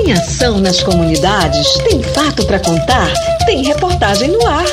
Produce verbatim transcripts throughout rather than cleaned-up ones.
Tem ação nas comunidades? Tem fato para contar? Tem reportagem no ar.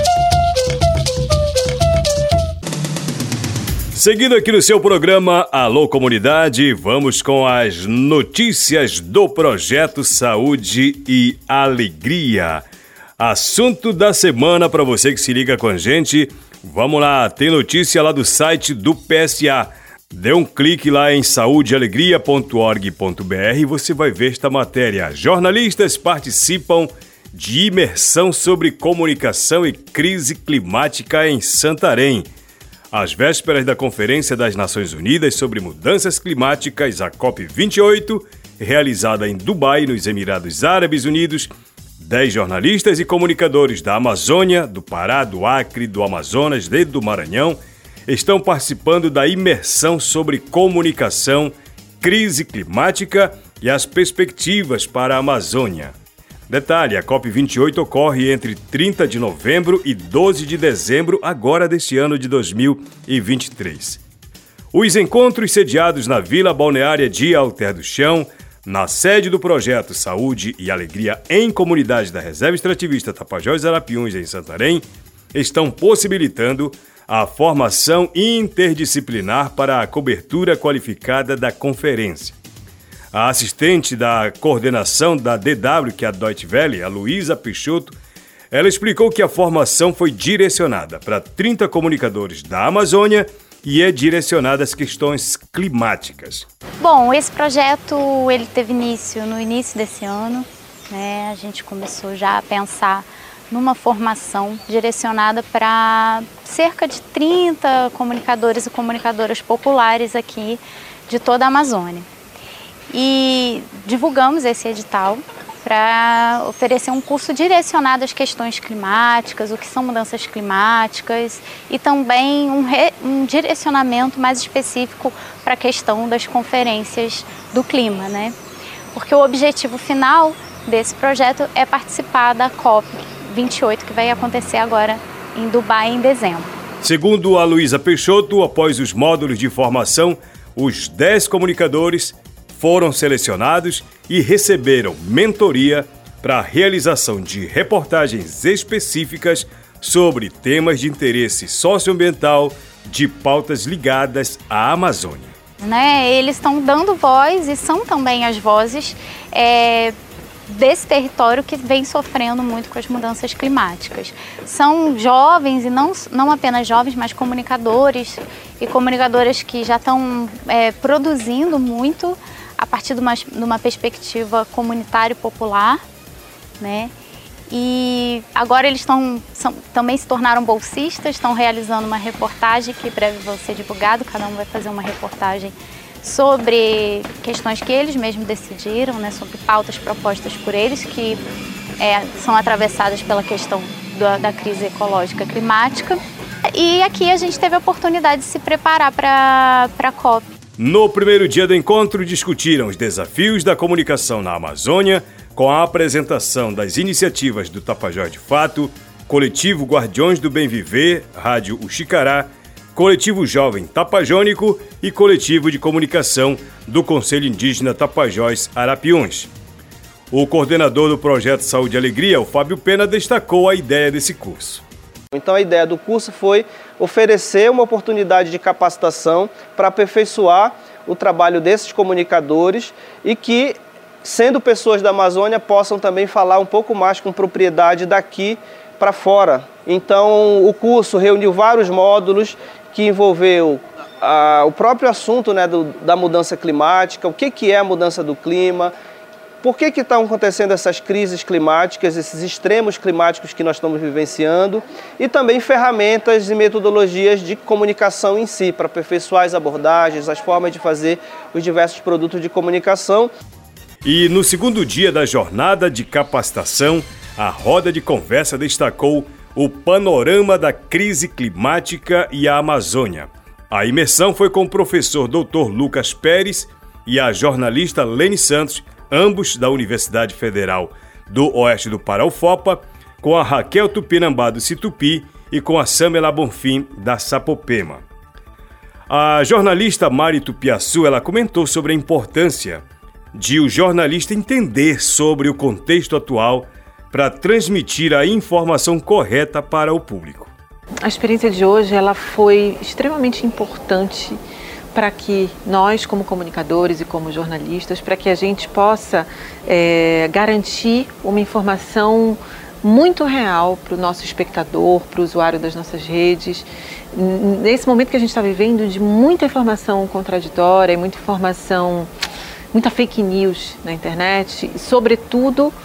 Seguindo aqui no seu programa Alô Comunidade, vamos com as notícias do Projeto Saúde e Alegria. Assunto da semana para você que se liga com a gente. Vamos lá, tem notícia lá do site do P S A. Dê um clique lá em saúde alegria ponto org ponto br e você vai ver esta matéria. Jornalistas participam de imersão sobre comunicação e crise climática em Santarém. Às vésperas da Conferência das Nações Unidas sobre Mudanças Climáticas, a COP vinte e oito, realizada em Dubai, nos Emirados Árabes Unidos, dez jornalistas e comunicadores da Amazônia, do Pará, do Acre, do Amazonas e do Maranhão estão participando da imersão sobre comunicação, crise climática e as perspectivas para a Amazônia. Detalhe, a COP vinte e oito ocorre entre trinta de novembro e doze de dezembro, agora deste ano de dois mil e vinte e três. Os encontros sediados na Vila Balneária de Alter do Chão, na sede do projeto Saúde e Alegria em Comunidade da Reserva Extrativista Tapajós Arapiuns, em Santarém, estão possibilitando a formação interdisciplinar para a cobertura qualificada da conferência. A assistente da coordenação da D W, que é a Deutsche Welle, a Luísa Peixoto, ela explicou que a formação foi direcionada para trinta comunicadores da Amazônia e é direcionada às questões climáticas. Bom, esse projeto ele teve início no início desse ano, né? A gente começou já a pensar numa formação direcionada para cerca de trinta comunicadores e comunicadoras populares aqui de toda a Amazônia. E divulgamos esse edital para oferecer um curso direcionado às questões climáticas, o que são mudanças climáticas e também um, re, um direcionamento mais específico para a questão das conferências do clima, né? Porque o objetivo final desse projeto é participar da COP vinte e oito, que vai acontecer agora em Dubai em dezembro. Segundo a Luísa Peixoto, após os módulos de formação, os dez comunicadores foram selecionados e receberam mentoria para a realização de reportagens específicas sobre temas de interesse socioambiental de pautas ligadas à Amazônia. Né, eles estão dando voz e são também as vozes é, desse território que vem sofrendo muito com as mudanças climáticas. São jovens, e não, não apenas jovens, mas comunicadores e comunicadoras que já estão é, produzindo muito a partir de uma, de uma perspectiva comunitária e popular, né? E agora eles estão, são, também se tornaram bolsistas, estão realizando uma reportagem que breve vai ser divulgado, cada um vai fazer uma reportagem sobre questões que eles mesmos decidiram, né? Sobre pautas propostas por eles, que é, são atravessadas pela questão da, da crise ecológica climática. E aqui a gente teve a oportunidade de se preparar para a COP. No primeiro dia do encontro, discutiram os desafios da comunicação na Amazônia, com a apresentação das iniciativas do Tapajós de Fato, Coletivo Guardiões do Bem Viver, Rádio Uxicará, Coletivo Jovem Tapajônico e Coletivo de Comunicação do Conselho Indígena Tapajós Arapiuns. O coordenador do Projeto Saúde e Alegria, o Fábio Pena, destacou a ideia desse curso. Então a ideia do curso foi oferecer uma oportunidade de capacitação para aperfeiçoar o trabalho desses comunicadores e que, sendo pessoas da Amazônia, possam também falar um pouco mais com propriedade daqui para fora. Então o curso reuniu vários módulos que envolveu ah, o próprio assunto, né, do, da mudança climática, o que, que é a mudança do clima, por que que estão acontecendo essas crises climáticas, esses extremos climáticos que nós estamos vivenciando, e também ferramentas e metodologias de comunicação em si, para aperfeiçoar as abordagens, as formas de fazer os diversos produtos de comunicação. E no segundo dia da jornada de capacitação, a roda de conversa destacou o panorama da crise climática e a Amazônia. A imersão foi com o professor doutor Lucas Pérez e a jornalista Lene Santos, ambos da Universidade Federal do Oeste do Pará, UFOPA, com a Raquel Tupinambá do Situpi e com a Samela Bonfim da Sapopema. A jornalista Mari Tupiaçu, ela comentou sobre a importância de o jornalista entender sobre o contexto atual para transmitir a informação correta para o público. A experiência de hoje ela foi extremamente importante para que nós, como comunicadores e como jornalistas, para que a gente possa é, garantir uma informação muito real para o nosso espectador, para o usuário das nossas redes. Nesse momento que a gente está vivendo de muita informação contraditória, muita informação, muita fake news na internet, e sobretudo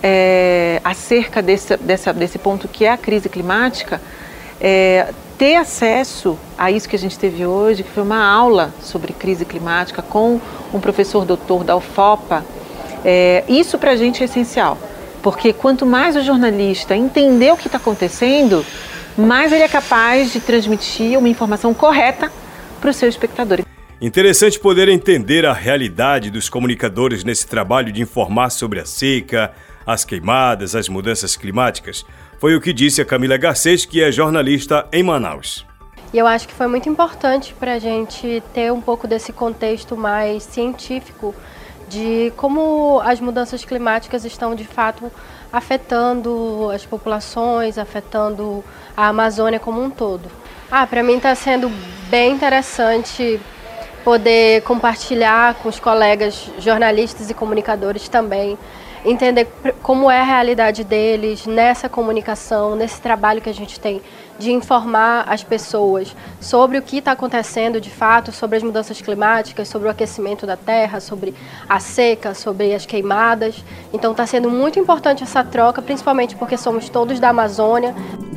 é, acerca desse, dessa, desse ponto que é a crise climática, é, ter acesso a isso que a gente teve hoje, que foi uma aula sobre crise climática com um professor doutor da U F O P A, é, isso para a gente é essencial, porque quanto mais o jornalista entender o que está acontecendo, mais ele é capaz de transmitir uma informação correta para o seu espectador. Interessante poder entender a realidade dos comunicadores nesse trabalho de informar sobre a seca, as queimadas, as mudanças climáticas. Foi o que disse a Camila Garcês, que é jornalista em Manaus. E eu acho que foi muito importante para a gente ter um pouco desse contexto mais científico de como as mudanças climáticas estão, de fato, afetando as populações, afetando a Amazônia como um todo. Ah, para mim está sendo bem interessante poder compartilhar com os colegas jornalistas e comunicadores também, entender como é a realidade deles nessa comunicação, nesse trabalho que a gente tem de informar as pessoas sobre o que está acontecendo de fato, sobre as mudanças climáticas, sobre o aquecimento da terra, sobre a seca, sobre as queimadas. Então está sendo muito importante essa troca, principalmente porque somos todos da Amazônia.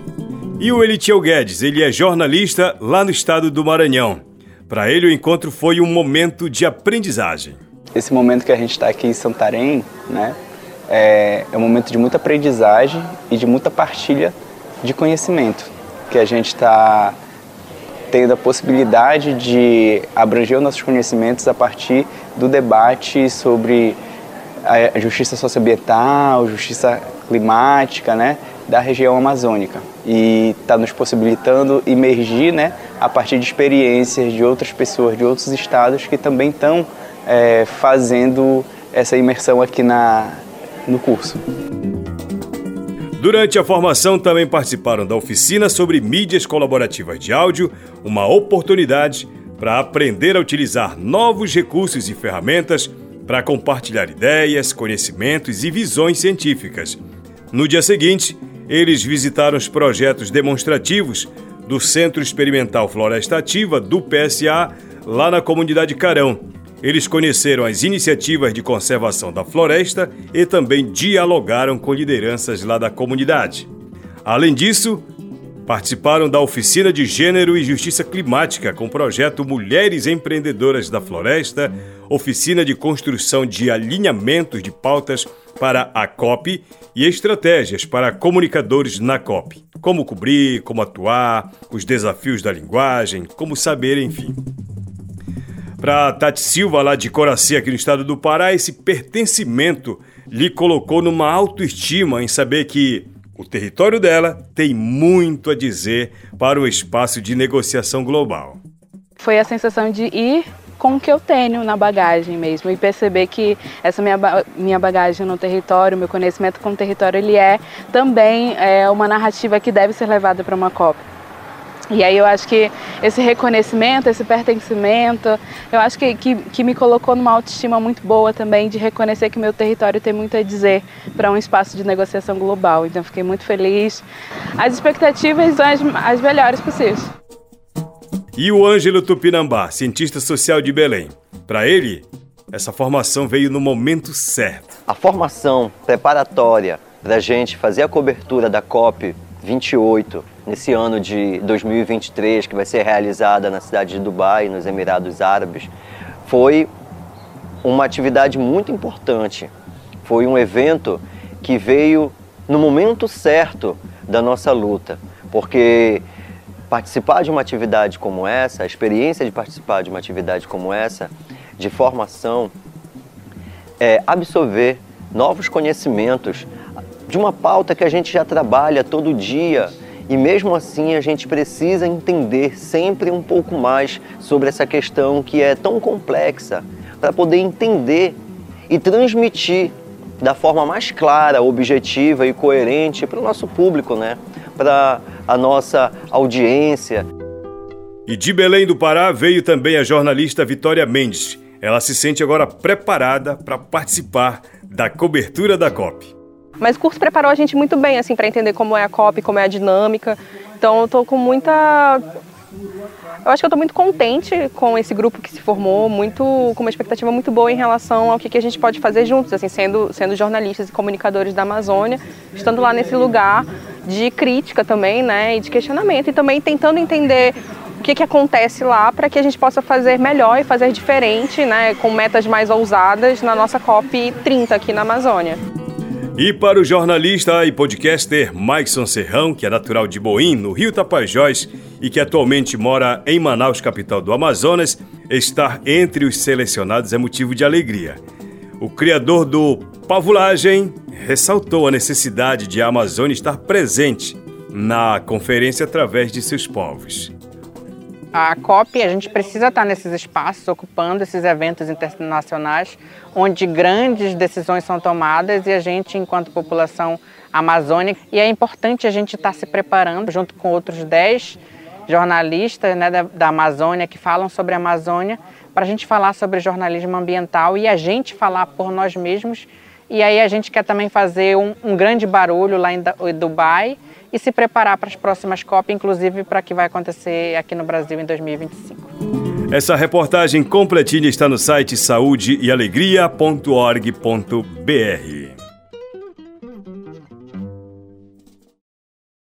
E o Elitiel Guedes, ele é jornalista lá no estado do Maranhão. Para ele o encontro foi um momento de aprendizagem. Esse momento que a gente está aqui em Santarém, né? É, é um momento de muita aprendizagem e de muita partilha de conhecimento, que a gente está tendo a possibilidade de abranger os nossos conhecimentos a partir do debate sobre a justiça socioambiental, justiça climática, né, da região amazônica. E está nos possibilitando emergir, né, a partir de experiências de outras pessoas de outros estados que também estão é, fazendo essa imersão aqui na no curso. Durante a formação também participaram da oficina sobre mídias colaborativas de áudio, uma oportunidade para aprender a utilizar novos recursos e ferramentas para compartilhar ideias, conhecimentos e visões científicas. No dia seguinte, eles visitaram os projetos demonstrativos do Centro Experimental Floresta Ativa, do P S A, lá na comunidade Carão. Eles conheceram as iniciativas de conservação da floresta e também dialogaram com lideranças lá da comunidade. Além disso, participaram da oficina de Gênero e Justiça Climática com o projeto Mulheres Empreendedoras da Floresta, oficina de construção de alinhamentos de pautas para a COP e estratégias para comunicadores na COP. Como cobrir, como atuar, os desafios da linguagem, como saber, enfim. Para Tati Silva, lá de Coraci, aqui no estado do Pará, esse pertencimento lhe colocou numa autoestima em saber que o território dela tem muito a dizer para o espaço de negociação global. Foi a sensação de ir com o que eu tenho na bagagem mesmo e perceber que essa minha, minha bagagem no território, meu conhecimento com o território, ele é também é, uma narrativa que deve ser levada para uma COP. E aí eu acho que esse reconhecimento, esse pertencimento, eu acho que, que, que me colocou numa autoestima muito boa também de reconhecer que meu território tem muito a dizer para um espaço de negociação global. Então fiquei muito feliz. As expectativas são as, as melhores possíveis. E o Ângelo Tupinambá, cientista social de Belém. Para ele, essa formação veio no momento certo. A formação preparatória para a gente fazer a cobertura da COP vinte e oito, nesse ano de dois mil e vinte e três, que vai ser realizada na cidade de Dubai, nos Emirados Árabes, foi uma atividade muito importante. Foi um evento que veio no momento certo da nossa luta, porque participar de uma atividade como essa, a experiência de participar de uma atividade como essa, de formação, é absorver novos conhecimentos de uma pauta que a gente já trabalha todo dia e mesmo assim a gente precisa entender sempre um pouco mais sobre essa questão que é tão complexa para poder entender e transmitir da forma mais clara, objetiva e coerente para o nosso público, né? Para a nossa audiência. E de Belém do Pará veio também a jornalista Vitória Mendes. Ela se sente agora preparada para participar da cobertura da COP. Mas o curso preparou a gente muito bem, assim, para entender como é a COP, como é a dinâmica. Então eu estou com muita... Eu acho que eu estou muito contente com esse grupo que se formou, muito, com uma expectativa muito boa em relação ao que, que a gente pode fazer juntos, assim, sendo, sendo jornalistas e comunicadores da Amazônia, estando lá nesse lugar de crítica também, né, e de questionamento, e também tentando entender o que, que acontece lá para que a gente possa fazer melhor e fazer diferente, né, com metas mais ousadas na nossa COP trinta aqui na Amazônia. E para o jornalista e podcaster Maikson Serrão, que é natural de Boim, no Rio Tapajós, e que atualmente mora em Manaus, capital do Amazonas, estar entre os selecionados é motivo de alegria. O criador do Pavulagem ressaltou a necessidade de a Amazônia estar presente na conferência através de seus povos. A COP, a gente precisa estar nesses espaços, ocupando esses eventos internacionais, onde grandes decisões são tomadas e a gente, enquanto população amazônica, e é importante a gente estar se preparando, junto com outros dez jornalistas, né, da, da Amazônia, que falam sobre a Amazônia, para a gente falar sobre jornalismo ambiental e a gente falar por nós mesmos. E aí a gente quer também fazer um, um grande barulho lá em Dubai, e se preparar para as próximas COP, inclusive para o que vai acontecer aqui no Brasil em dois mil e vinte e cinco. Essa reportagem completinha está no site saúde e alegria ponto org ponto br.